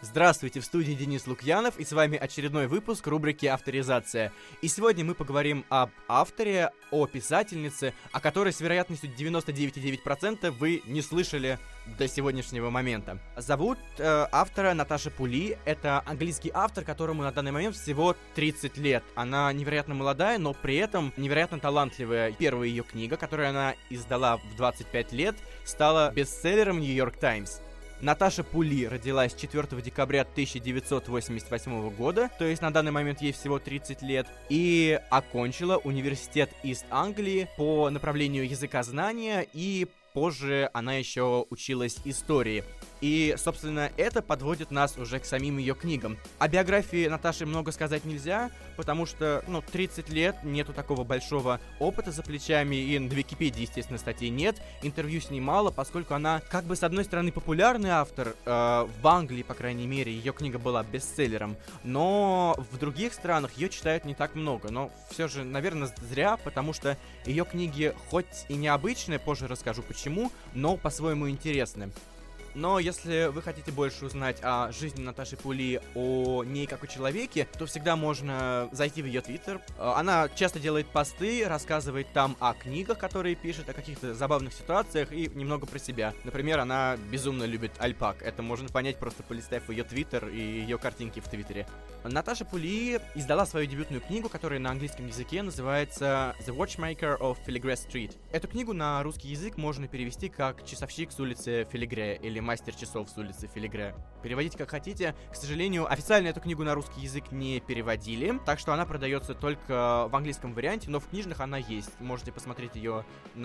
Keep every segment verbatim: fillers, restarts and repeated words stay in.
Здравствуйте, в студии Денис Лукьянов, и с вами очередной выпуск рубрики «Авторизация». И сегодня мы поговорим об авторе, о писательнице, о которой с вероятностью девяносто девять целых девять десятых процента вы не слышали до сегодняшнего момента. Зовут э, автора Наташа Пули. Это английский автор, которому на данный момент всего тридцать лет. Она невероятно молодая, но при этом невероятно талантливая. Первая ее книга, которую она издала в двадцать пять лет, стала бестселлером «Нью-Йорк Таймс». Наташа Пули родилась четвёртого декабря тысяча девятьсот восемьдесят восьмого года, то есть на данный момент ей всего тридцать лет, и окончила университет Ист-Англии по направлению языкознания, и позже она еще училась истории. И, собственно, это подводит нас уже к самим ее книгам. О биографии Наташи много сказать нельзя, потому что, ну, тридцать лет, нету такого большого опыта за плечами, и на Википедии, естественно, статей нет, интервью с ней мало, поскольку она, как бы, с одной стороны, популярный автор, э, в Англии, по крайней мере, ее книга была бестселлером, но в других странах ее читают не так много, но все же, наверное, зря, потому что ее книги хоть и необычные, позже расскажу почему, но по-своему интересны. Но если вы хотите больше узнать о жизни Наташи Пули, о ней как о человеке, то всегда можно зайти в ее твиттер. Она часто делает посты, рассказывает там о книгах, которые пишет, о каких-то забавных ситуациях и немного про себя. Например, она безумно любит альпак. Это можно понять, просто полистав ее твиттер и ее картинки в твиттере. Наташа Пули издала свою дебютную книгу, которая на английском языке называется The Watchmaker of Filigree Street. Эту книгу на русский язык можно перевести как «Часовщик с улицы Филигре» или «Мастер часов с улицы Филигре». Переводите как хотите. К сожалению, официально эту книгу на русский язык не переводили, так что она продается только в английском варианте, но в книжных она есть. Можете посмотреть ее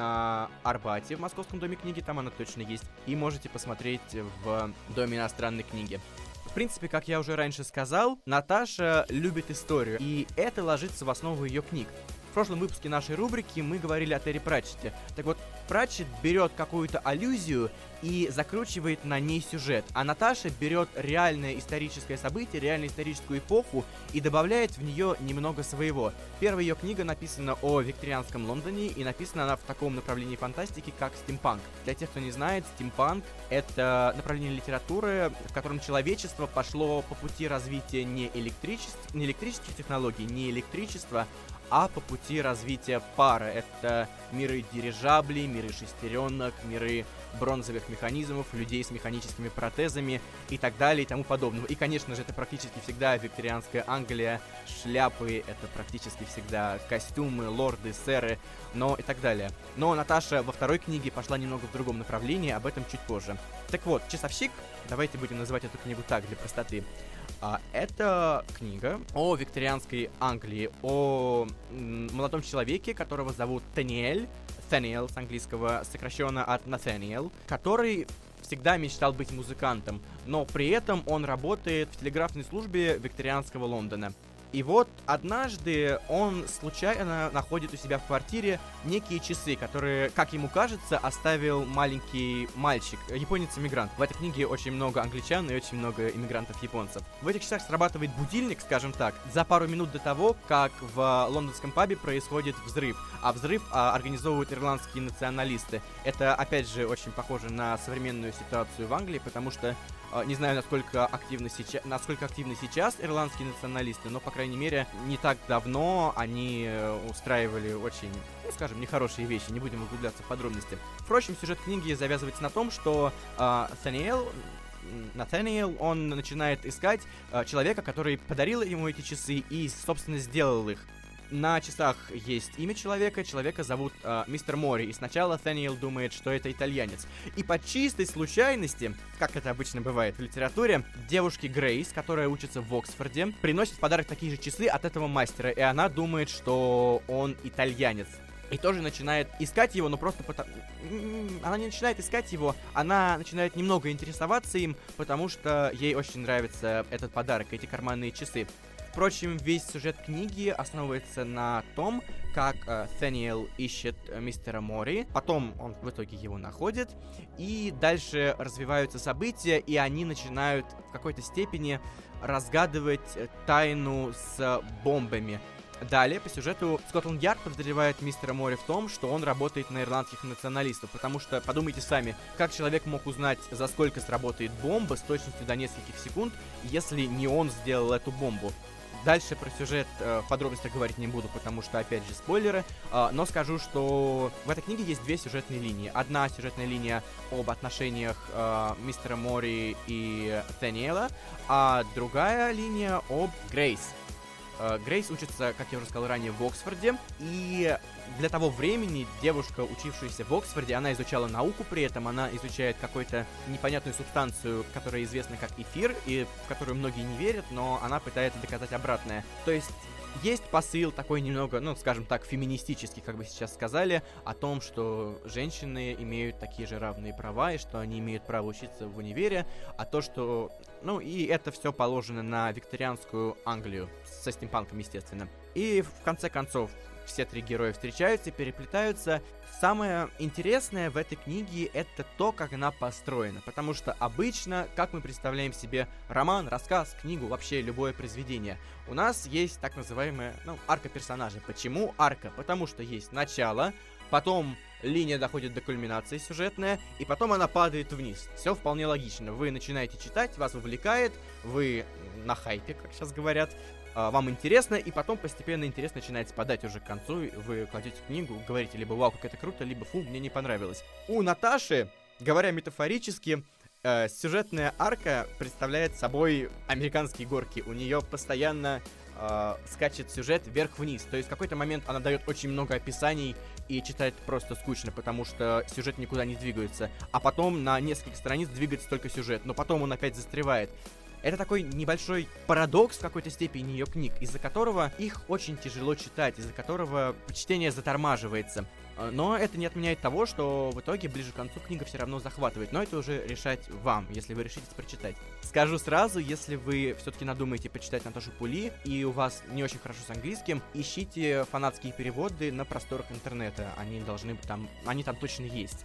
на Арбате, в Московском доме книги, там она точно есть. И можете посмотреть в Доме иностранной книги. В принципе, как я уже раньше сказал, Наташа любит историю, и это ложится в основу ее книг. В прошлом выпуске нашей рубрики мы говорили о Терри Пратчетте. Так вот, Пратчетт берет какую-то аллюзию и закручивает на ней сюжет, а Наташа берет реальное историческое событие, реальную историческую эпоху и добавляет в нее немного своего. Первая ее книга написана о викторианском Лондоне, и написана она в таком направлении фантастики, как стимпанк. Для тех, кто не знает, стимпанк — это направление литературы, в котором человечество пошло по пути развития не, электричеств... не электрических технологий, не электричества, а по пути развития пара. Это миры дирижаблей, миры шестеренок, миры бронзовых механизмов, людей с механическими протезами и так далее и тому подобное. И, конечно же, это практически всегда викторианская Англия, шляпы, это практически всегда костюмы, лорды, сэры, но и так далее. Но Наташа во второй книге пошла немного в другом направлении, об этом чуть позже. Так вот, «Часовщик», давайте будем называть эту книгу так, для простоты. А, это книга о викторианской Англии, о м, молодом человеке, которого зовут Таниэль, Таниэл с английского сокращенно от Натаниэл, который всегда мечтал быть музыкантом, но при этом он работает в телеграфной службе викторианского Лондона. И вот однажды он случайно находит у себя в квартире некие часы, которые, как ему кажется, оставил маленький мальчик, японец-иммигрант. В этой книге очень много англичан и очень много иммигрантов-японцев. В этих часах срабатывает будильник, скажем так, за пару минут до того, как в лондонском пабе происходит взрыв. А взрыв а, организовывают ирландские националисты. Это, опять же, очень похоже на современную ситуацию в Англии, потому что не знаю, насколько активны сейчас, насколько активны сейчас ирландские националисты, но, по крайней мере, не так давно они устраивали очень, ну, скажем, нехорошие вещи, не будем углубляться в подробности. Впрочем, сюжет книги завязывается на том, что э, Таниэл, Натаниэл, он начинает искать э, человека, который подарил ему эти часы и, собственно, сделал их. На часах есть имя человека, человека зовут э, мистер Мори, и сначала Таниэл думает, что это итальянец. И по чистой случайности, как это обычно бывает в литературе, девушке Грейс, которая учится в Оксфорде, приносит в подарок такие же часы от этого мастера, и она думает, что он итальянец. И тоже начинает искать его, но просто потому... Она не начинает искать его, она начинает немного интересоваться им, потому что ей очень нравится этот подарок, эти карманные часы. Впрочем, весь сюжет книги основывается на том, как э, Таниэл ищет э, мистера Мори, потом он в итоге его находит, и дальше развиваются события, и они начинают в какой-то степени разгадывать тайну с бомбами. Далее, по сюжету, Скотланд-Ярд подозревает мистера Мори в том, что он работает на ирландских националистов, потому что, подумайте сами, как человек мог узнать, за сколько сработает бомба с точностью до нескольких секунд, если не он сделал эту бомбу. Дальше про сюжет э, в подробностях говорить не буду, потому что, опять же, спойлеры, э, но скажу, что в этой книге есть две сюжетные линии. Одна сюжетная линия об отношениях э, мистера Мори и Дэниела, а другая линия об Грейс. Грейс учится, как я уже сказал ранее, в Оксфорде, и для того времени девушка, учившаяся в Оксфорде, она изучала науку при этом, она изучает какую-то непонятную субстанцию, которая известна как эфир, и в которую многие не верят, но она пытается доказать обратное. То есть есть посыл такой немного, ну, скажем так, феминистический, как бы сейчас сказали, о том, что женщины имеют такие же равные права, и что они имеют право учиться в универе, а то, что... Ну, и это все положено на викторианскую Англию, со стимпанком, естественно. И в конце концов, все три героя встречаются, переплетаются. Самое интересное в этой книге — это то, как она построена. Потому что обычно, как мы представляем себе роман, рассказ, книгу, вообще любое произведение, у нас есть так называемая, ну, арка персонажа. Почему арка? Потому что есть начало, потом линия доходит до кульминации сюжетная, и потом она падает вниз. Все вполне логично. Вы начинаете читать, вас увлекает, вы на хайпе, как сейчас говорят, вам интересно, и потом постепенно интерес начинает спадать уже к концу, вы кладете книгу, говорите либо «Вау, как это круто», либо «Фу, мне не понравилось». У Наташи, говоря метафорически, э, сюжетная арка представляет собой американские горки. У нее постоянно э, скачет сюжет вверх-вниз. То есть в какой-то момент она дает очень много описаний и читать просто скучно, потому что сюжет никуда не двигается. А потом на несколько страниц двигается только сюжет, но потом он опять застревает. Это такой небольшой парадокс в какой-то степени ее книг, из-за которого их очень тяжело читать, из-за которого чтение затормаживается. Но это не отменяет того, что в итоге ближе к концу книга все равно захватывает. Но это уже решать вам, если вы решите прочитать. Скажу сразу, если вы все-таки надумаете почитать Наташу Пули, и у вас не очень хорошо с английским, ищите фанатские переводы на просторах интернета. Они должны там, они там точно есть.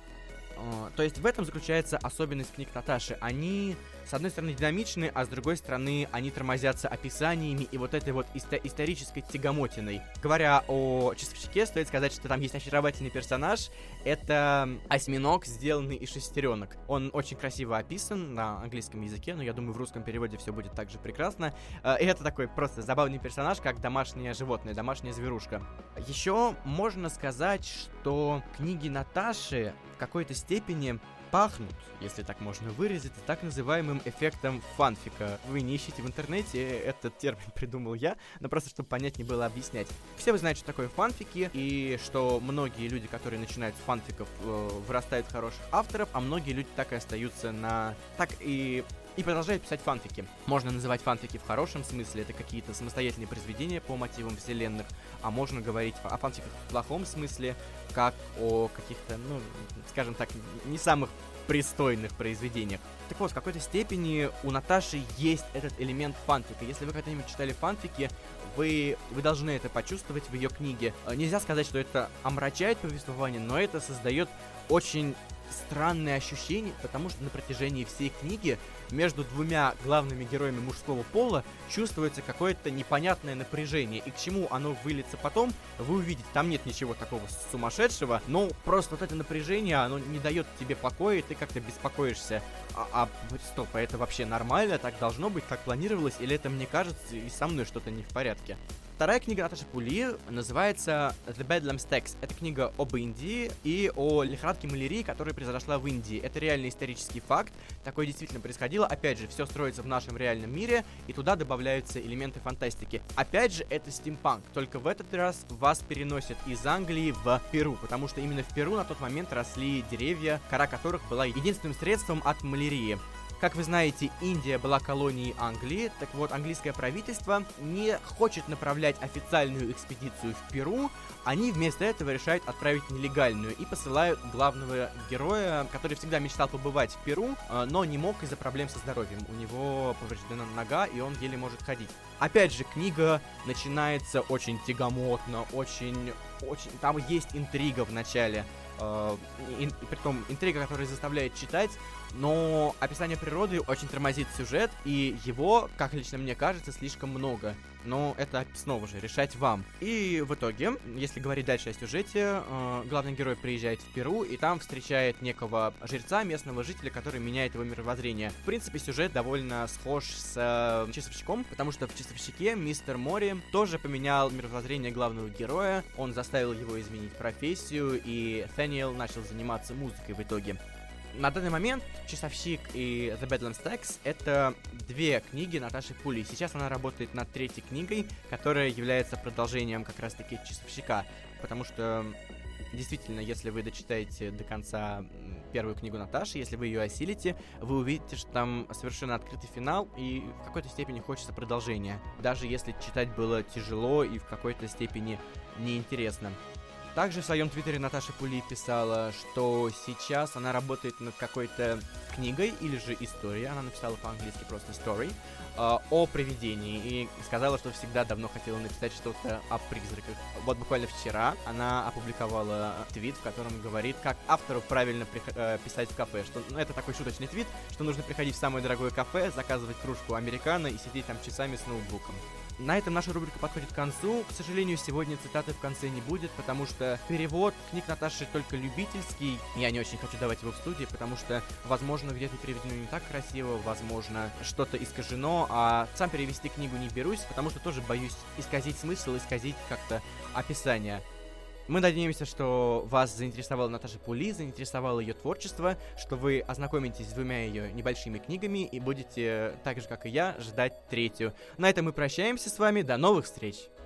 То есть в этом заключается особенность книг Наташи. Они, с одной стороны, динамичны, а с другой стороны, они тормозятся описаниями и вот этой вот исто- исторической тягомотиной. Говоря о часовщике, стоит сказать, что там есть очаровательный персонаж. Это осьминог, сделанный из шестеренок. Он очень красиво описан на английском языке, но я думаю, в русском переводе все будет так же прекрасно. И это такой просто забавный персонаж, как домашнее животное, домашняя зверушка. Еще можно сказать, что книги Наташи в какой-то степени пахнут, если так можно выразиться, так называемым эффектом фанфика. Вы не ищите в интернете, этот термин придумал я, но просто чтобы понятнее было объяснять. Все вы знаете, что такое фанфики, и что многие люди, которые начинают с фанфиков, вырастают в хороших авторов, а многие люди так и остаются на... так и... и продолжают писать фанфики. Можно называть фанфики в хорошем смысле, это какие-то самостоятельные произведения по мотивам вселенных, а можно говорить о фанфиках в плохом смысле, как о каких-то, ну, скажем так, не самых пристойных произведениях. Так вот, в какой-то степени у Наташи есть этот элемент фанфика. Если вы когда-нибудь читали фанфики, вы, вы должны это почувствовать в ее книге. Нельзя сказать, что это омрачает повествование, но это создает очень странные ощущения, потому что на протяжении всей книги между двумя главными героями мужского пола чувствуется какое-то непонятное напряжение, и к чему оно выльется потом, вы увидите. Там нет ничего такого сумасшедшего, но просто вот это напряжение, оно не дает тебе покоя, и ты как-то беспокоишься. А, а стоп, а это вообще нормально? Так должно быть, как планировалось? Или это мне кажется, и со мной что-то не в порядке? Вторая книга Наташи Пули называется The Bedlam's Tax. Это книга об Индии и о лихорадке малярии, которая произошла в Индии. Это реальный исторический факт. Такое действительно происходило. Опять же, все строится в нашем реальном мире, и туда добавляются элементы фантастики. Опять же, это стимпанк. Только в этот раз вас переносят из Англии в Перу, потому что именно в Перу на тот момент росли деревья, кора которых была единственным средством от малярии. Как вы знаете, Индия была колонией Англии, так вот, английское правительство не хочет направлять официальную экспедицию в Перу, они вместо этого решают отправить нелегальную и посылают главного героя, который всегда мечтал побывать в Перу, но не мог из-за проблем со здоровьем. У него повреждена нога, и он еле может ходить. Опять же, книга начинается очень тягомотно, очень, очень... Там есть интрига в начале. Uh, и, и притом интрига, которая заставляет читать, но описание природы очень тормозит сюжет, и его, как лично мне кажется, слишком много. Но это снова же решать вам. И в итоге, если говорить дальше о сюжете, э, главный герой приезжает в Перу и там встречает некого жреца, местного жителя, который меняет его мировоззрение. В принципе, сюжет довольно схож с э, часовщиком, потому что в часовщике мистер Мори тоже поменял мировоззрение главного героя, он заставил его изменить профессию, и Дэниел начал заниматься музыкой в итоге. На данный момент «Часовщик» и «The Bedlam Stacks» — это две книги Наташи Пули. Сейчас она работает над третьей книгой, которая является продолжением как раз-таки «Часовщика», потому что, действительно, если вы дочитаете до конца первую книгу Наташи, если вы ее осилите, вы увидите, что там совершенно открытый финал, и в какой-то степени хочется продолжения, даже если читать было тяжело и в какой-то степени неинтересно. Также в своем твиттере Наташа Пули писала, что сейчас она работает над какой-то книгой или же историей, она написала по-английски просто story, э, о привидении, и сказала, что всегда давно хотела написать что-то о призраках. Вот буквально вчера она опубликовала твит, в котором говорит, как автору правильно при- э, писать в кафе, что ну, это такой шуточный твит, что нужно приходить в самое дорогое кафе, заказывать кружку американо и сидеть там часами с ноутбуком. На этом наша рубрика подходит к концу. К сожалению, сегодня цитаты в конце не будет, потому что перевод книг Наташи только любительский. Я не очень хочу давать его в студии, потому что, возможно, где-то переведено не так красиво, возможно, что-то искажено, а сам перевести книгу не берусь, потому что тоже боюсь исказить смысл, исказить как-то описание. Мы надеемся, что вас заинтересовала Наташа Пули, заинтересовало ее творчество, что вы ознакомитесь с двумя ее небольшими книгами и будете, так же как и я, ждать третью. На этом мы прощаемся с вами, до новых встреч!